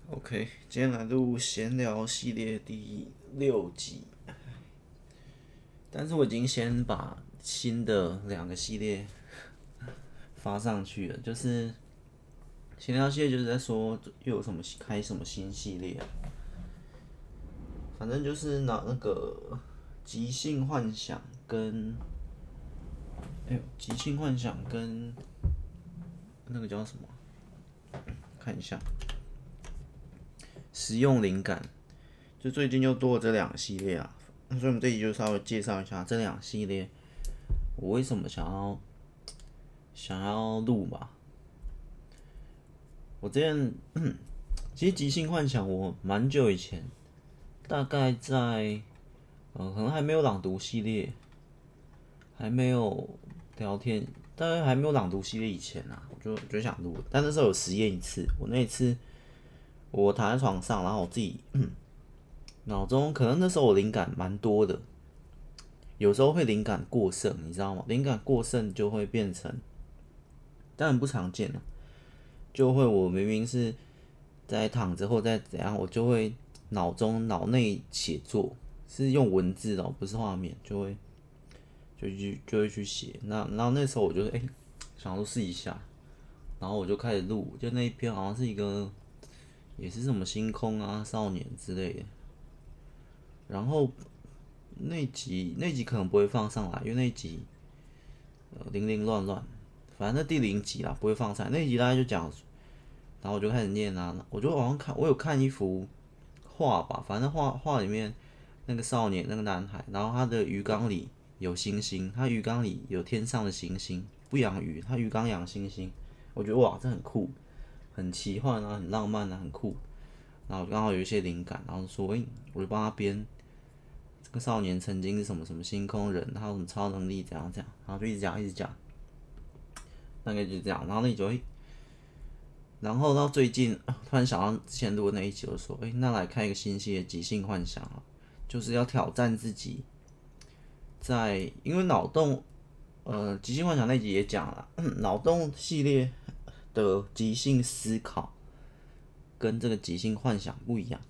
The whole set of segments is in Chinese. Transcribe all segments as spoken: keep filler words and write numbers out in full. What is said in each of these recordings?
OK，今天来录闲聊系列第六集，但是我已经先把新的两个系列发上去了，就是闲聊系列就是在说又有什么开什么新系列啊，反正就是拿那个即兴幻想跟哎呦即兴幻想跟那个叫什么？看一下，实用灵感，就最近就多了这两个系列啊，所以我们这集就稍微介绍一下这两个系列，我为什么想要想要录吧。我之前其实即兴幻想，我蛮久以前，大概在呃可能还没有朗读系列，还没有聊天，大概还没有朗读系列以前啊，我就我就想录，但那时候有实验一次，我那一次我躺在床上，然后我自己脑中可能那时候我灵感蛮多的，有时候会灵感过剩，你知道吗？灵感过剩就会变成，当然不常见了，就会我明明是在躺着或在怎样，我就会脑中脑内写作，是用文字的、哦，不是画面，就会就去就会去写。那然后那时候我就哎、欸、想说试一下，然后我就开始录，就那一篇好像是一个也是什么星空啊、少年之类的。然后那集那集可能不会放上来，因为那集呃零零乱乱，反正那第零集啦不会放上来。那集大概就讲，然后我就开始念啊，我就好像看我有看一幅画吧，反正画画里面那个少年那个男孩，然后他的鱼缸里有星星，他鱼缸里有天上的星星，不养鱼，他鱼缸养星星，我觉得哇这很酷，很奇幻啊，很浪漫啊，很酷。然后刚好有一些灵感，然后说，哎、欸我就帮他编这个少年曾经是什么什么星空人，他有什么超能力，怎样怎样，然后就一直讲一直讲，大概就这样。然后那就会，然后到最近突然想到之前录的那一集，我说，哎、欸那来看一个新系的即兴幻想啊，就是要挑战自己在，因为脑洞，呃，即兴幻想那集也讲了，脑洞系列的即兴思考跟这个即兴幻想不一样。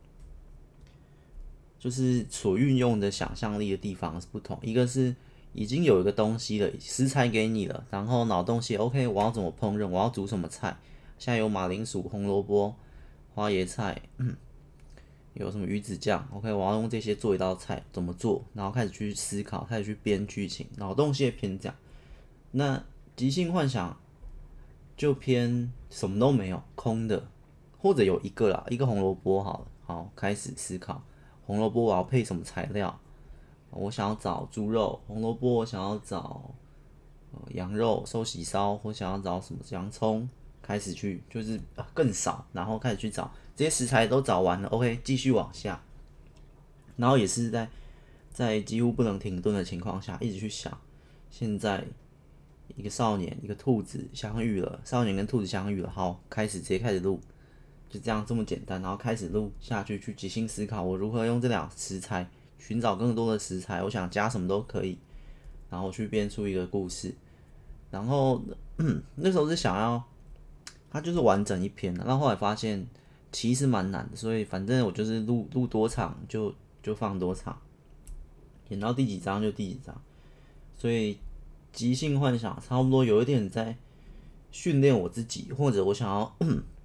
就是所运用的想象力的地方是不同。一个是已经有一个东西了，食材给你了，然后脑洞写 OK，我要怎么烹饪，我要煮什么菜。现在有马铃薯、红萝卜、花椰菜，嗯，有什么鱼子酱，OK，我要用这些做一道菜，怎么做？然后开始去思考，开始去编剧情，脑洞写偏这样。那即兴幻想就偏什么都没有，空的，或者有一个啦，一个红萝卜好了，好开始思考，红萝卜我要配什么材料？我想要找猪肉，红萝卜我想要找呃羊肉寿喜烧，我想要找什么洋葱，开始去就是呃更少，然后开始去找这些食材都找完了，OK，继续往下，然后也是在在几乎不能停顿的情况下，一直去想，现在一个少年一个兔子相遇了，少年跟兔子相遇了，好，开始直接开始录，就这样这么简单，然后开始录下去，去即兴思考我如何用这两食材寻找更多的食材，我想加什么都可以，然后去编出一个故事。然后那时候是想要它就是完整一篇的，然后后来发现其实蛮难的，所以反正我就是录录多场就就放多场，演到第几章就第几章，所以即兴幻想差不多有一点在训练我自己，或者我想要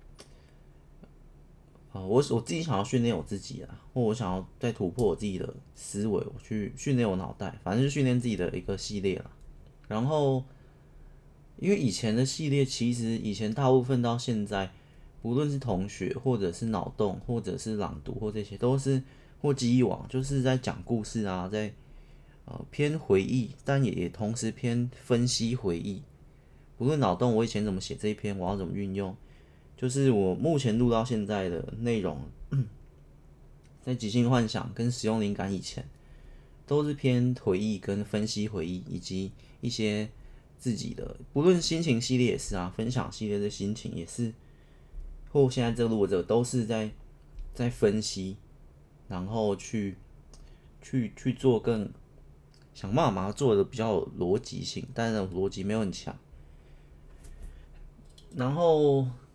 啊，我我自己想要训练我自己啊，或我想要再突破我自己的思维，我去训练我脑袋，反正就训练自己的一个系列啦。然后，因为以前的系列，其实以前大部分到现在，不论是同学，或者是脑洞，或者是朗读，或这些，都是或记忆网，就是在讲故事啊，在呃偏回忆，但也也同时偏分析回忆。不论脑洞，我以前怎么写这一篇，我要怎么运用，就是我目前录到现在的内容，在即兴幻想跟使用灵感以前，都是偏回忆跟分析回忆，以及一些自己的，不论心情系列也是啊，分享系列的心情也是，或现在这个录者都是在在分析，然后去去去做更想办法把它做的比较有逻辑性，但是逻辑没有很强。然后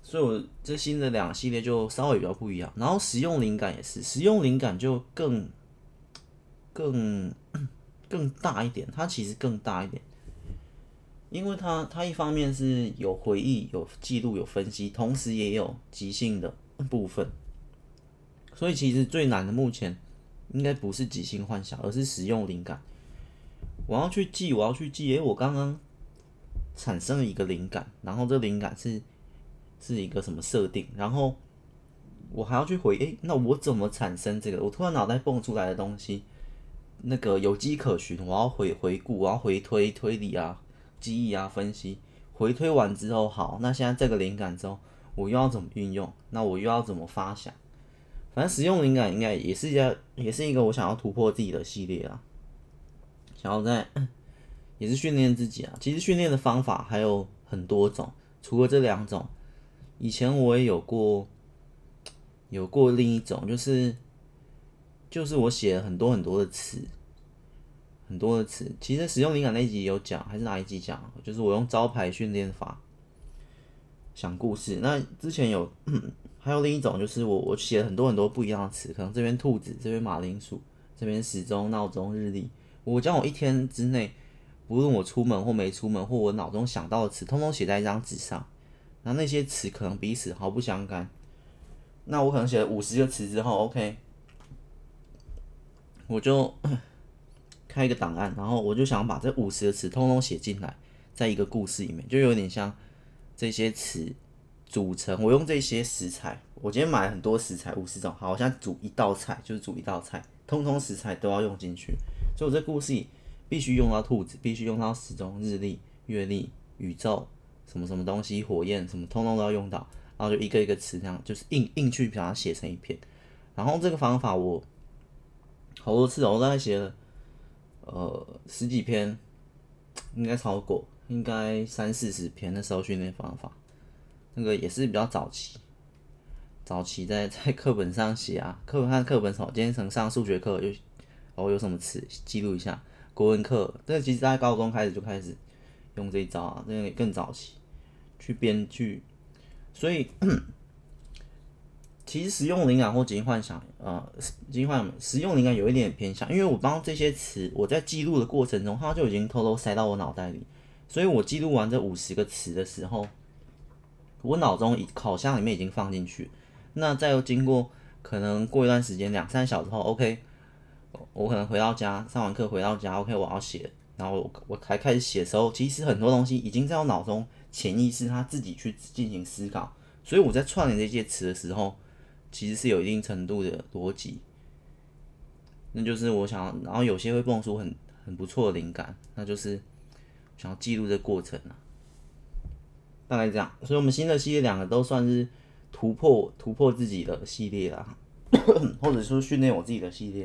所以我这新的两个系列就稍微比较不一样。然后实用灵感也是，实用灵感就更更更大一点，它其实更大一点，因为它它一方面是有回忆、有记录、有分析，同时也有即兴的部分。所以其实最难的目前应该不是即兴幻想，而是实用灵感。我要去记，我要去记，诶、我刚刚产生了一个灵感，然后这灵感是是一个什么设定，然后我还要去回，诶、那我怎么产生这个？我突然脑袋蹦出来的东西，那个有迹可循，我要回回顾，我要回推推理啊、记忆啊、分析，回推完之后，好，那现在这个灵感之后，我又要怎么运用？那我又要怎么发想？反正实用灵感应该也是一家，也是一个我想要突破自己的系列啊，想要在也是训练自己啊。其实训练的方法还有很多种，除了这两种，以前我也有过有过另一种，就是就是我写了很多很多的词，很多的词。其实实用灵感那一集有讲，还是哪一集讲？就是我用招牌训练法想故事。那之前有，还有另一种，就是我我写了很多很多不一样的词，可能这边兔子，这边马铃薯，这边时钟、闹钟、日历。我将我一天之内，不论我出门或没出门，或我脑中想到的词，通通写在一张纸上。然后那些词可能彼此毫不相干。那我可能写了五十个词之后，OK，我就开一个档案，然后我就想把这五十个词通通写进来，在一个故事里面，就有点像这些词组成。我用这些食材，我今天买了很多食材，五十种，好，我现在煮一道菜，就是煮一道菜，通通食材都要用进去。所以我这故事里必须用到兔子，必须用到时钟、日历、月历、宇宙，什么什么东西、火焰，什么通通都要用到。然后就一个一个词这样，就是硬硬去把它写成一篇。然后这个方法我好多次哦，我大概写了呃十几篇，应该超过，应该三四十篇的时候训练方法。那个也是比较早期，早期在在课本上写啊，课本看课本什么，今天曾上数学课就哦有什么词记录一下，国文课，这个其实在高中开始就开始用这一招啊，这个更早期去编剧，所以其实实用灵感或即兴幻想，呃，即兴幻想实用灵感有一点偏向，因为我帮这些词我在记录的过程中，它就已经偷偷塞到我脑袋里，所以我记录完这五十个词的时候，我脑中烤箱里面已经放进去，那再又经过可能过一段时间两三小时后，OK，我可能回到家上完课回到家，OK，我要写，然后我我才开始写的时候，其实很多东西已经在我脑中潜意识它自己去进行思考，所以我在串联这些词的时候。其实是有一定程度的逻辑，那就是我想要，然后有些会蹦出很很不错的灵感，那就是想要记录这过程啊，大概这样。所以我们新的系列两个都算是突破突破自己的系列啦，或者说训练我自己的系列。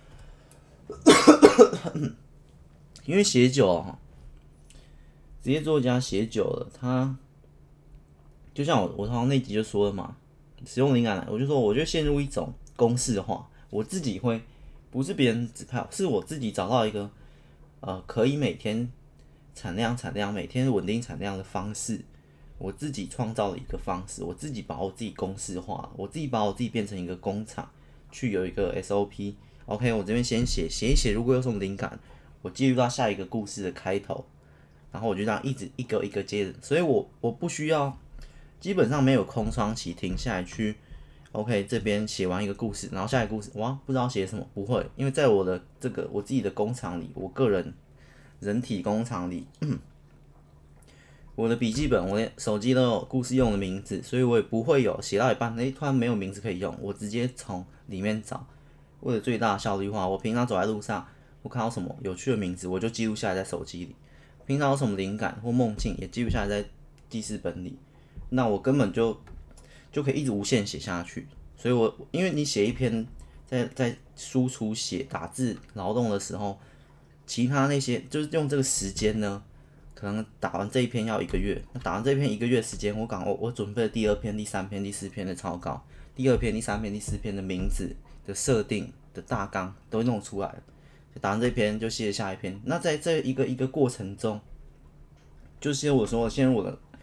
因为写久了，职业作家写久了，他就像我我好像那集就说了嘛。使用灵感，我就说，我就陷入一种公式化，我自己会，不是别人指派，是我自己找到一个，呃，可以每天产量产量，每天稳定产量的方式，我自己创造了一个方式，我自己把我自己公式化，我自己把我自己变成一个工厂，去有一个 S O P，OK， 我这边先写写一写，如果有什么灵感，我记录到下一个故事的开头，然后我就这样一直一个一个接着，所以我我不需要。基本上没有空窗期，停下来去 ，OK， 这边写完一个故事，然后下一个故事，哇，不知道写什么，不会，因为在我的这个我自己的工厂里，我个人人体工厂里，我的笔记本、我的手机都有故事用的名字，所以我也不会有写到一半，哎，突然没有名字可以用，我直接从里面找，为了最大的效率化，我平常走在路上，我看到什么有趣的名字，我就记录下来在手机里，平常有什么灵感或梦境，也记录下来在记事本里。那我根本就就可以一直无限写下去，所以我因为你写一篇，在在输出写打字劳动的时候，其他那些就是用这个时间呢，可能打完这一篇要一个月，那打完这一篇一个月时间，我讲我我准备了第二篇、第三篇、第四篇的草稿，第二篇、第三篇、第四篇的名字的设定的大纲都弄出来了，打完这篇就写下一篇。那在这一个一个过程中，就是我说，现在我的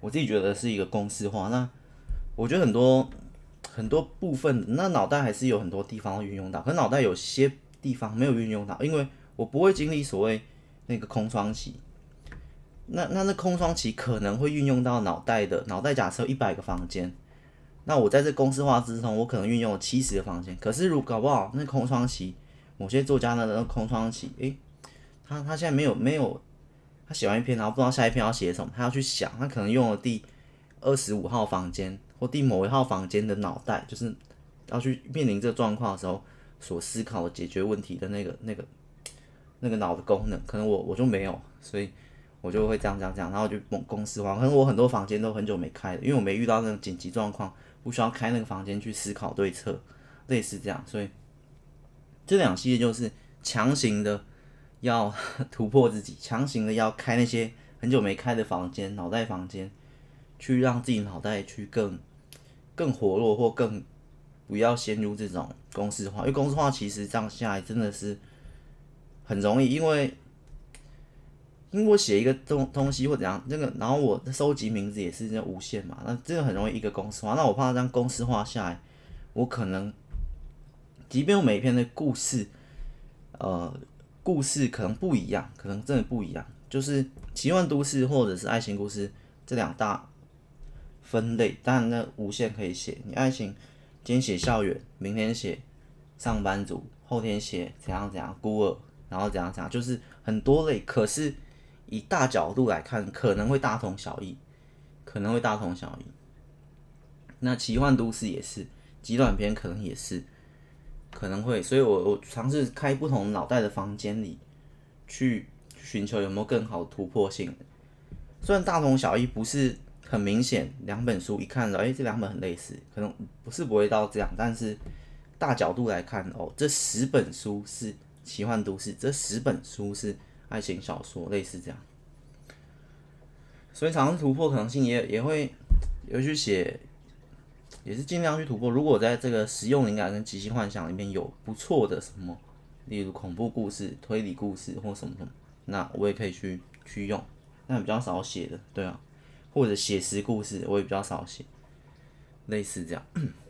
我自己觉得是一个公式化。那我觉得很多很多部分，那脑袋还是有很多地方会运用到，可脑袋有些地方没有运用到，因为我不会经历所谓那个空窗期。那那那空窗期可能会运用到脑袋的脑袋，假设一百个房间，那我在这公式化之中，我可能运用了七十个房间。可是如搞不好那空窗期，某些作家呢，那空窗期，诶、他他现在没有没有，他写完一篇，然后不知道下一篇要写什么，他要去想，他可能用了第二十五号房间或第某一号房间的脑袋，就是要去面临这个状况的时候所思考的解决问题的那个那个那个脑的功能，可能我我就没有，所以我就会这样这样这样，然后就公司化。可能我很多房间都很久没开了，因为我没遇到那种紧急状况，不需要开那个房间去思考对策，类似这样。所以这两系列就是强行的要突破自己，强行的要开那些很久没开的房间，脑袋房间，去让自己脑袋去更更活络，或更不要陷入这种公式化。因为公式化其实这样下来真的是很容易，因为因为我写一个东东西或怎样，那个然后我收集名字也是无限嘛，那这个很容易一个公式化。那我怕这样公式化下来，我可能即便我每一篇的故事，呃，故事可能不一样，可能真的不一样，就是奇幻都市或者是爱情故事这两大分类，当然那无限可以写。你爱情今天写校园，明天写上班族，后天写怎样怎样孤儿，然后怎样怎样，就是很多类。可是以大角度来看，可能会大同小异，可能会大同小异。那奇幻都市也是，极短篇可能也是，可能会。所以我我尝试开不同脑袋的房间里，去寻求有没有更好的突破性。虽然大同小异，不是很明显，两本书一看到，哎，这两本很类似，可能不是不会到这样，但是大角度来看，哦，这十本书是奇幻都市，这十本书是爱情小说，类似这样。所以尝试突破可能性也也会也会去写，也是尽量去突破。如果在这个实用灵感跟即兴幻想里面有不错的什么，例如恐怖故事、推理故事或什么什么，那我也可以去去用。但比较少写的，对啊，或者写实故事我也比较少写，类似这样。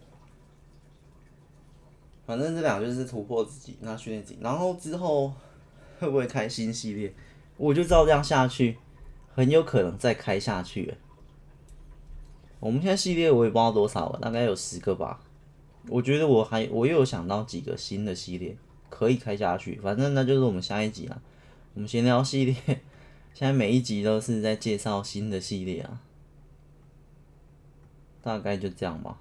反正这两个就是突破自己，那训练自己，然后之后会不会开新系列，我就照这样下去，很有可能再开下去了。我们现在系列我也不知道多少了，大概有十个吧。我觉得我还我又有想到几个新的系列可以开下去，反正那就是我们下一集啊。我们闲聊系列，现在每一集都是在介绍新的系列啊，大概就这样吧。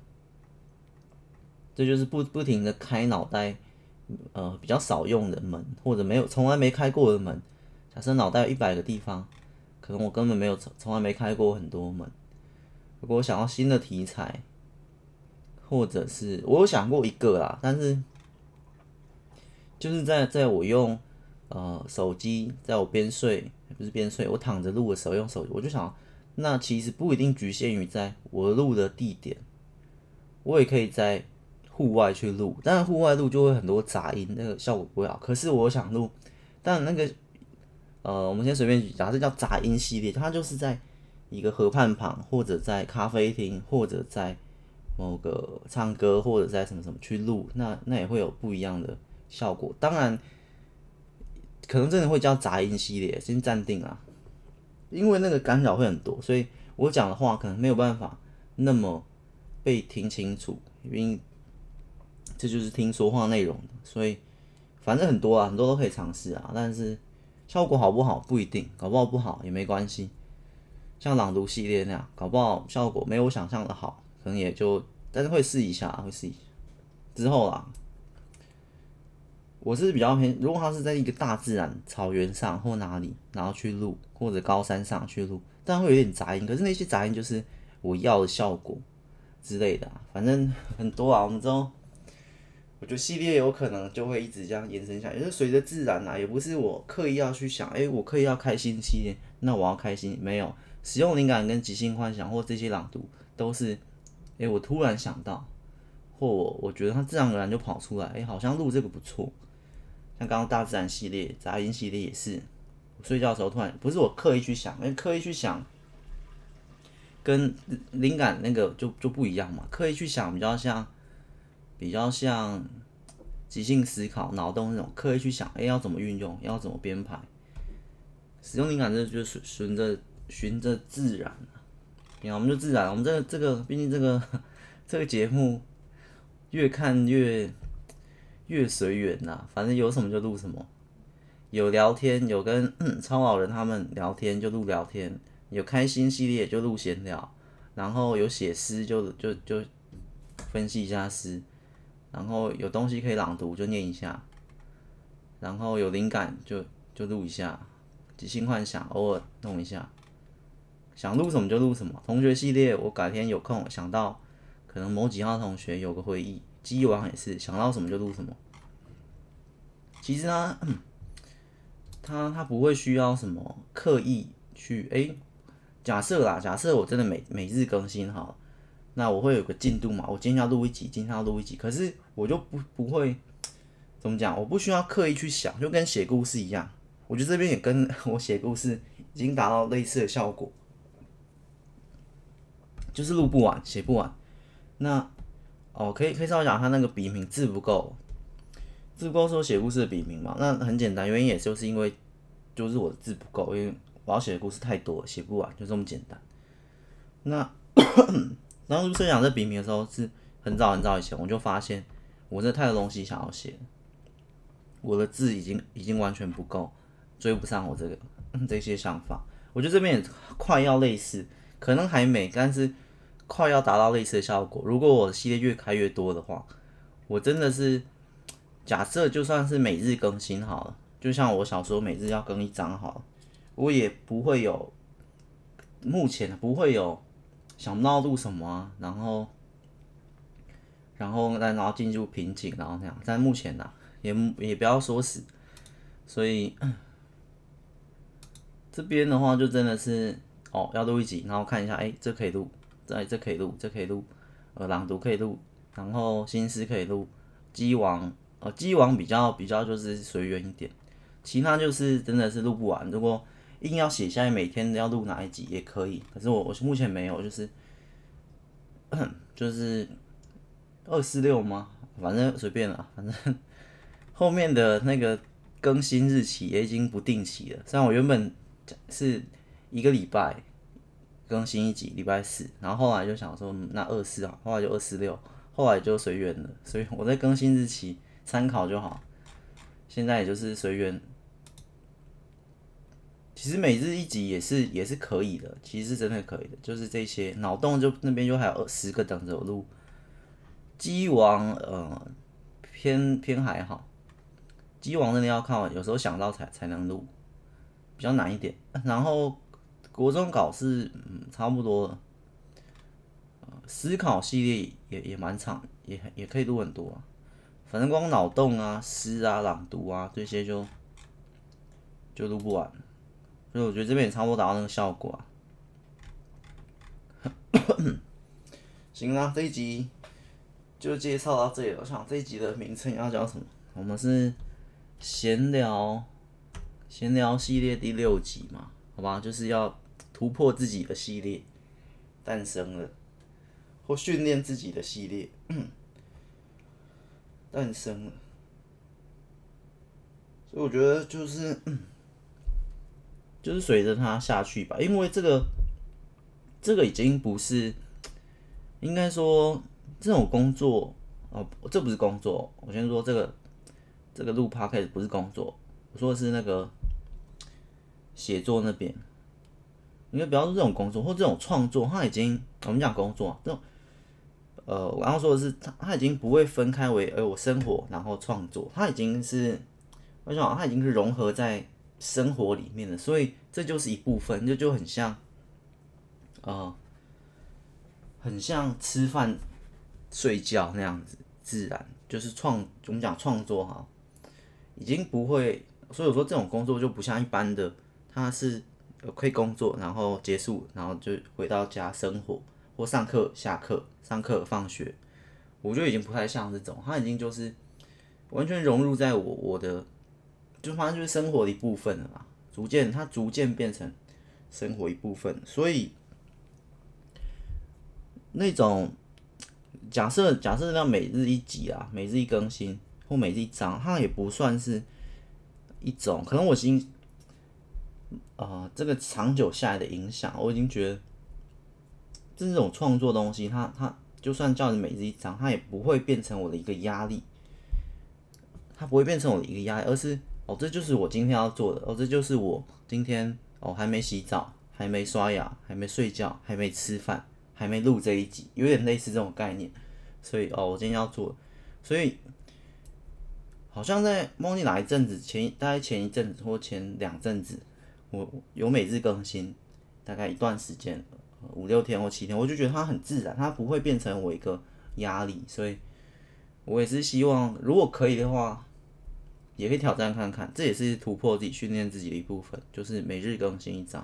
这就是不不停的开脑袋，呃，比较少用的门，或者没有从来没开过的门。假设脑袋有一百个地方，可能我根本没有从从来没开过很多门。如果我想要新的题材，或者是我有想过一个啦，但是就是在在我用呃手机，在我边睡不是边睡，我躺着录的时候用手机，我就想，那其实不一定局限于在我录的地点，我也可以在户外去录，当然户外录就会很多杂音，那个效果不会好。可是我想录，但那个呃，我们先随便举，假设叫杂音系列，它就是在一个河畔旁，或者在咖啡厅，或者在某个唱歌，或者在什么什么去录，那那也会有不一样的效果。当然，可能真的会叫杂音系列，先暂定啊，因为那个干扰会很多，所以我讲的话可能没有办法那么被听清楚，因为这就是听说话内容的，所以反正很多啊，很多都可以尝试啊，但是效果好不好不一定，搞不好不好也没关系。像朗读系列那样，搞不好效果没有我想象的好，可能也就，但是会试一下，会试一下。之后啦，我是比较偏，如果它是在一个大自然草原上或哪里，然后去录，或者高山上去录，但会有点杂音，可是那些杂音就是我要的效果之类的啊，反正很多啊，我们之后。我觉得系列有可能就会一直这样延伸下去，就是随着自然啦、啊，也不是我刻意要去想，哎、欸，我刻意要开新系列，那我要开新没有，使用灵感跟即兴幻想或这些朗读都是，哎、欸，我突然想到，或我我觉得它自然而然就跑出来，哎、欸，好像录这个不错，像刚刚大自然系列、杂音系列也是，我睡觉的时候突然不是我刻意去想，因为刻意去想， 跟灵感那个就就不一样嘛。刻意去想比较像比较像即兴思考、脑洞那种刻意去想，哎、欸，要怎么运用，要怎么编排。使用灵感这就是循着循着自然，你看我们就自然，我们这个这个毕竟这个这个节目越看越越随缘呐，反正有什么就录什么。有聊天，有跟超老人他们聊天就录聊天，有开心系列就录闲聊，然后有写诗就就就分析一下诗，然后有东西可以朗读就念一下，然后有灵感就就录一下，即兴幻想偶尔弄一下，想录什么就录什么。同学系列我改天有空想到可能某几号同学有个回忆，记忆王也是想到什么就录什么。其实呢。他他不会需要什么刻意去哎、欸，假设啦，假设我真的每每日更新好了，那我会有个进度嘛，我今天要录一集，今天要录一集，可是我就不不会怎么讲，我不需要刻意去想，就跟写故事一样，我觉得这边也跟我写故事已经达到类似的效果，就是录不完，写不完。那哦，可以可以稍微讲他那个笔名字不够。字不够是我写故事的笔名嘛？那很简单，原因也就是因为就是我的字不够，因为我要写的故事太多，写不完，就这么简单。那当初设想这笔名的时候，是很早很早以前，我就发现我这太多东西想要写，我的字已经已经完全不够，追不上我这个这些想法。我觉得这边也快要类似，可能还没，但是快要达到类似的效果。如果我的系列越开越多的话，我真的是。假设就算是每日更新好了，就像我小时候每日要更一章好了，我也不会有，目前不会有想不到录什么啊，然后，然后然后进入瓶颈，然后那样。但目前呢，也也不要说死，所以这边的话就真的是哦，要录一集，然后看一下，哎、欸，这可以录，这这可以录，这可以录，呃，朗读可以录，然后新诗可以录，鸡王。呃，机王比较比较就是随缘一点，其他就是真的是录不完。如果硬要写下来每天要录哪一集也可以，可是我我目前没有，就是就是二四六吗？反正随便了，反正后面的那个更新日期也已经不定期了。虽然我原本是一个礼拜更新一集，礼拜四，然后后来就想说，嗯、那二四啊，后来就二四六，后来就随缘了。所以我在更新日期。参考就好，现在也就是随缘。其实每日一集也是也是可以的，其实是真的可以的。就是这些脑洞就那边就还有十个等着我录。鸡王呃偏偏还好，鸡王真的要靠有时候想到才才能录，比较难一点。然后国中考试嗯差不多了，呃、思考系列也也蛮长，也也可以录很多啊。反正光脑洞啊、诗啊、朗读啊这些就就录不完，所以我觉得这边也差不多达到那个效果啊。行啦，这一集就介绍到这里了。我想这一集的名称要叫什么？我们是闲聊闲聊系列第六集嘛，好吧，就是要突破自己的系列诞生了，或训练自己的系列。诞生了，所以我觉得就是，就是随着它下去吧，因为这个，这个已经不是，应该说这种工作哦，这不是工作。我先说这个，这个录 podcast 不是工作，我说的是那个写作那边，应该不要说这种工作或这种创作，它已经我们讲工作这种。呃，我刚刚说的是，它它已经不会分开为，呃，我生活然后创作，它已经是，我想它已经是融合在生活里面了，所以这就是一部分，就就很像，呃，很像吃饭、睡觉那样子，自然就是创，我们讲创作哈，已经不会，所以我说这种工作就不像一般的，它是可以工作，然后结束，然后就回到家生活或上课、下课、上课、放学，我觉得已经不太像这种，它已经就是完全融入在我我的，就反正就是生活的一部分了嘛，逐渐它逐渐变成生活一部分，所以那种假设假设要每日一集啊，每日一更新或每日一章，它也不算是一种，可能我已经呃这个长久下来的影响，我已经觉得这种创作东西，它它就算叫你每日一章，它也不会变成我的一个压力，它不会变成我的一个压力，而是哦这就是我今天要做的，哦这就是我今天哦还没洗澡，还没刷牙，还没睡觉，还没吃饭，还没录这一集，有点类似这种概念。所以哦我今天要做，所以好像在忘记哪一阵子，前大概前一阵子或前两阵子，我有每日更新，大概一段时间，五六天或七天，我就觉得它很自然，它不会变成我一个压力，所以我也是希望，如果可以的话，也可以挑战看看，这也是突破自己、训练自己的一部分，就是每日更新一章。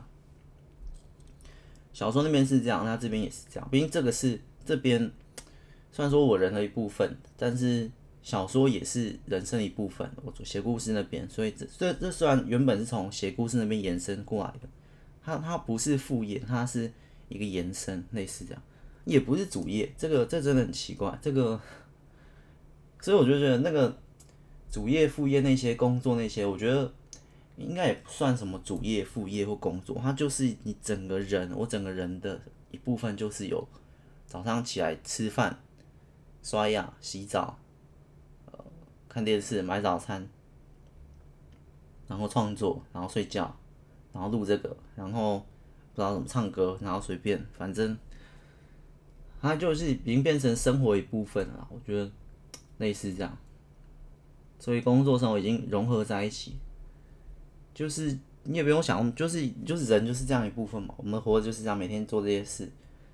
小说那边是这样，那这边也是这样，毕竟这个是这边虽然说我人的一部分，但是小说也是人生的一部分。我写故事那边，所以这这这虽然原本是从写故事那边延伸过来的，它它不是副业，它是一个延伸，类似这样，也不是主业。这个这真的很奇怪，这个，所以我就觉得那个主业、副业那些工作那些，我觉得应该也不算什么主业、副业或工作，它就是你整个人，我整个人的一部分，就是有早上起来吃饭、刷牙、洗澡、看电视、买早餐，然后创作，然后睡觉，然后录这个，然后不知道怎么唱歌，然后随便，反正它就是已经变成生活一部分了。我觉得类似这样，所以工作生活已经融合在一起，就是你也不用想，就是就是人就是这样一部分嘛。我们活着就是这样，每天做这些事。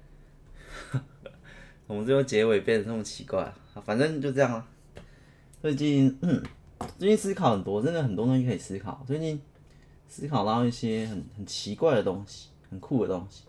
我们最后结尾变得这么奇怪啊，反正就这样啊。最近，嗯，最近思考很多，真的很多东西可以思考。最近思考到一些很很奇怪的东西，很酷的东西，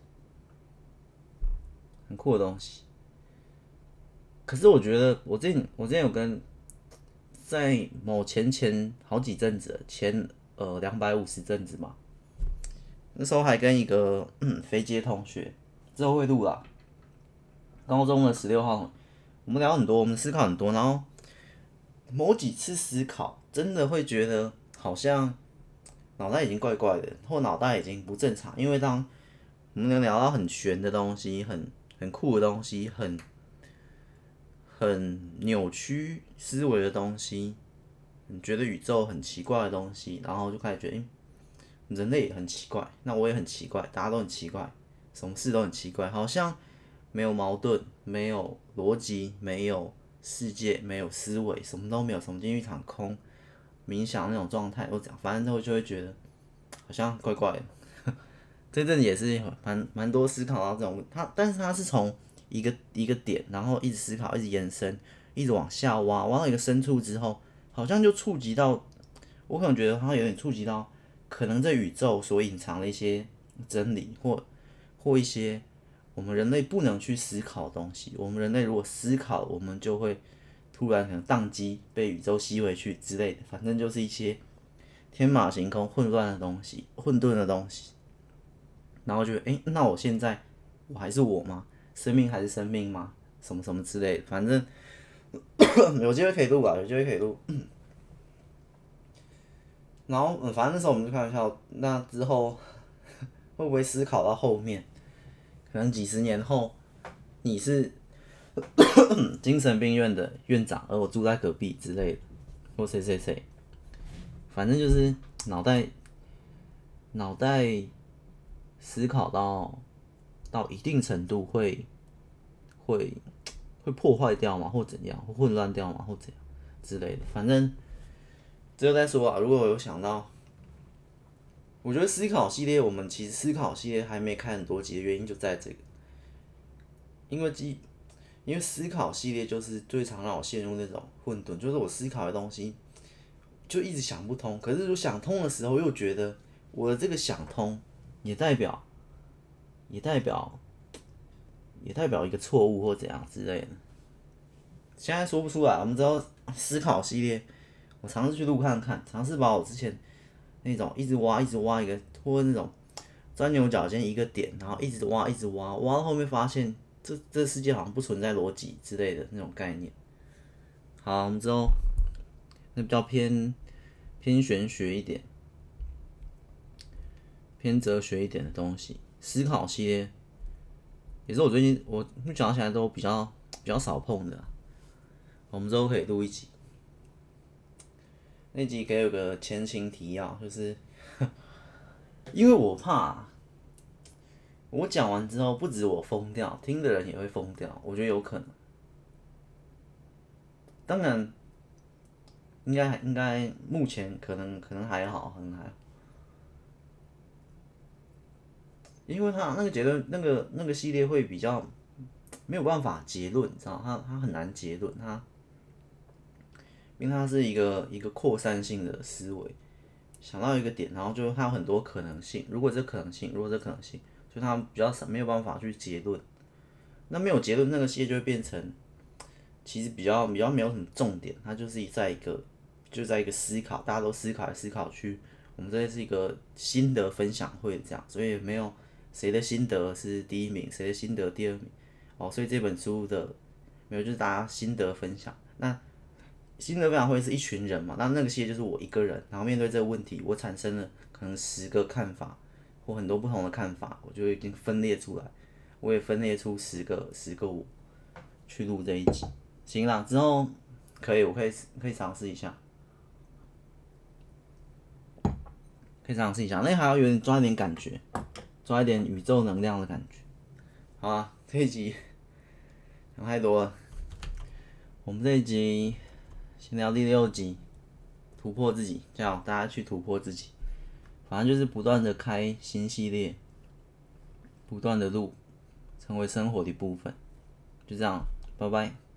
很酷的东西。可是我觉得，我之前我之前有跟在某前前好几阵子了前呃两百五十阵子嘛，那时候还跟一个嗯肥街同学，之后会录啦，高中的十六号，我们聊很多，我们思考很多，然后某几次思考，真的会觉得好像脑袋已经怪怪的，或脑袋已经不正常，因为当我们能聊到很玄的东西，很很酷的东西，很很扭曲思维的东西，你觉得宇宙很奇怪的东西，然后就开始觉得，欸人类也很奇怪，那我也很奇怪，大家都很奇怪，什么事都很奇怪，好像没有矛盾，没有逻辑，没有世界，没有思维，什么都没有，什么进入一场空，冥想那种状态，我讲，反正都就会觉得好像怪怪的。这阵也是蛮蛮多思考到这种，他但是他是从一个一个点，然后一直思考，一直延伸，一直往下挖，挖到一个深处之后，好像就触及到，我可能觉得他有点触及到，可能这宇宙所隐藏的一些真理，或或一些我们人类不能去思考的东西。我们人类如果思考，我们就会突然可能宕机，被宇宙吸回去之类的，反正就是一些天马行空、混乱的东西，混沌的东西。然后就哎、欸，那我现在我还是我吗？生命还是生命吗？什么什么之类的，反正有机会可以录啊，有机会可以录。然后、嗯、反正那时候我们就开玩笑，那之后会不会思考到后面，可能几十年后你是精神病院的院长，而我住在隔壁之类的，或谁谁谁，反正就是脑袋脑袋思考到到一定程度会会会破坏掉嘛，或怎样，或混乱掉嘛，或怎样之类的。反正之后再说啊。如果我有想到，我觉得思考系列，我们其实思考系列还没开很多集的原因就在这个，因为基因为思考系列就是最常让我陷入那种混沌，就是我思考的东西就一直想不通，可是我想通的时候又觉得我的这个想通也代表也代表也代表一个错误或怎样之类的。现在说不出来，我们知道思考系列，我尝试去录看看，尝试把我之前那种一直挖一直挖一个，或者那种钻牛角尖一个点，然后一直挖一直挖，挖到后面发现这这世界好像不存在逻辑之类的那种概念。好，我们之后那比较偏偏玄学一点、偏哲学一点的东西，思考系列也是我最近我讲起来都比较比较少碰的啊。我们之后可以录一集，那集可以有个前情提要，就是因为我怕我讲完之后，不止我疯掉，听的人也会疯掉，我觉得有可能。当然，应该应该目前可能可能还好，可能还好，因为他那个结论，那个那个系列会比较没有办法结论，你知道，它它很难结论，它因为它是一个一个扩散性的思维，想到一个点，然后就它有很多可能性，如果这可能性，如果这可能性，就它比较少，没有办法去结论。那没有结论，那个系列就会变成其实比较比较没有什么重点，它就是在一个就在一个思考，大家都思考来思考去。我们这是一个心得分享会这样，所以没有谁的心得是第一名，谁的心得第二名哦。所以这本书的没有就是大家心得分享。那心得分享会是一群人嘛？那那个系列就是我一个人，然后面对这个问题，我产生了可能十个看法或很多不同的看法，我就已经分裂出来，我也分裂出十个十个我去录这一集。行啦，之后可以，我可以可以尝试一下，可以尝试一下。那还要有点抓一点感觉，抓一点宇宙能量的感觉。好啊，这一集讲太多了，我们这一集先聊第六集，突破自己，叫大家去突破自己。反正就是不断的开新系列，不断的录，成为生活的一部分。就这样，拜拜。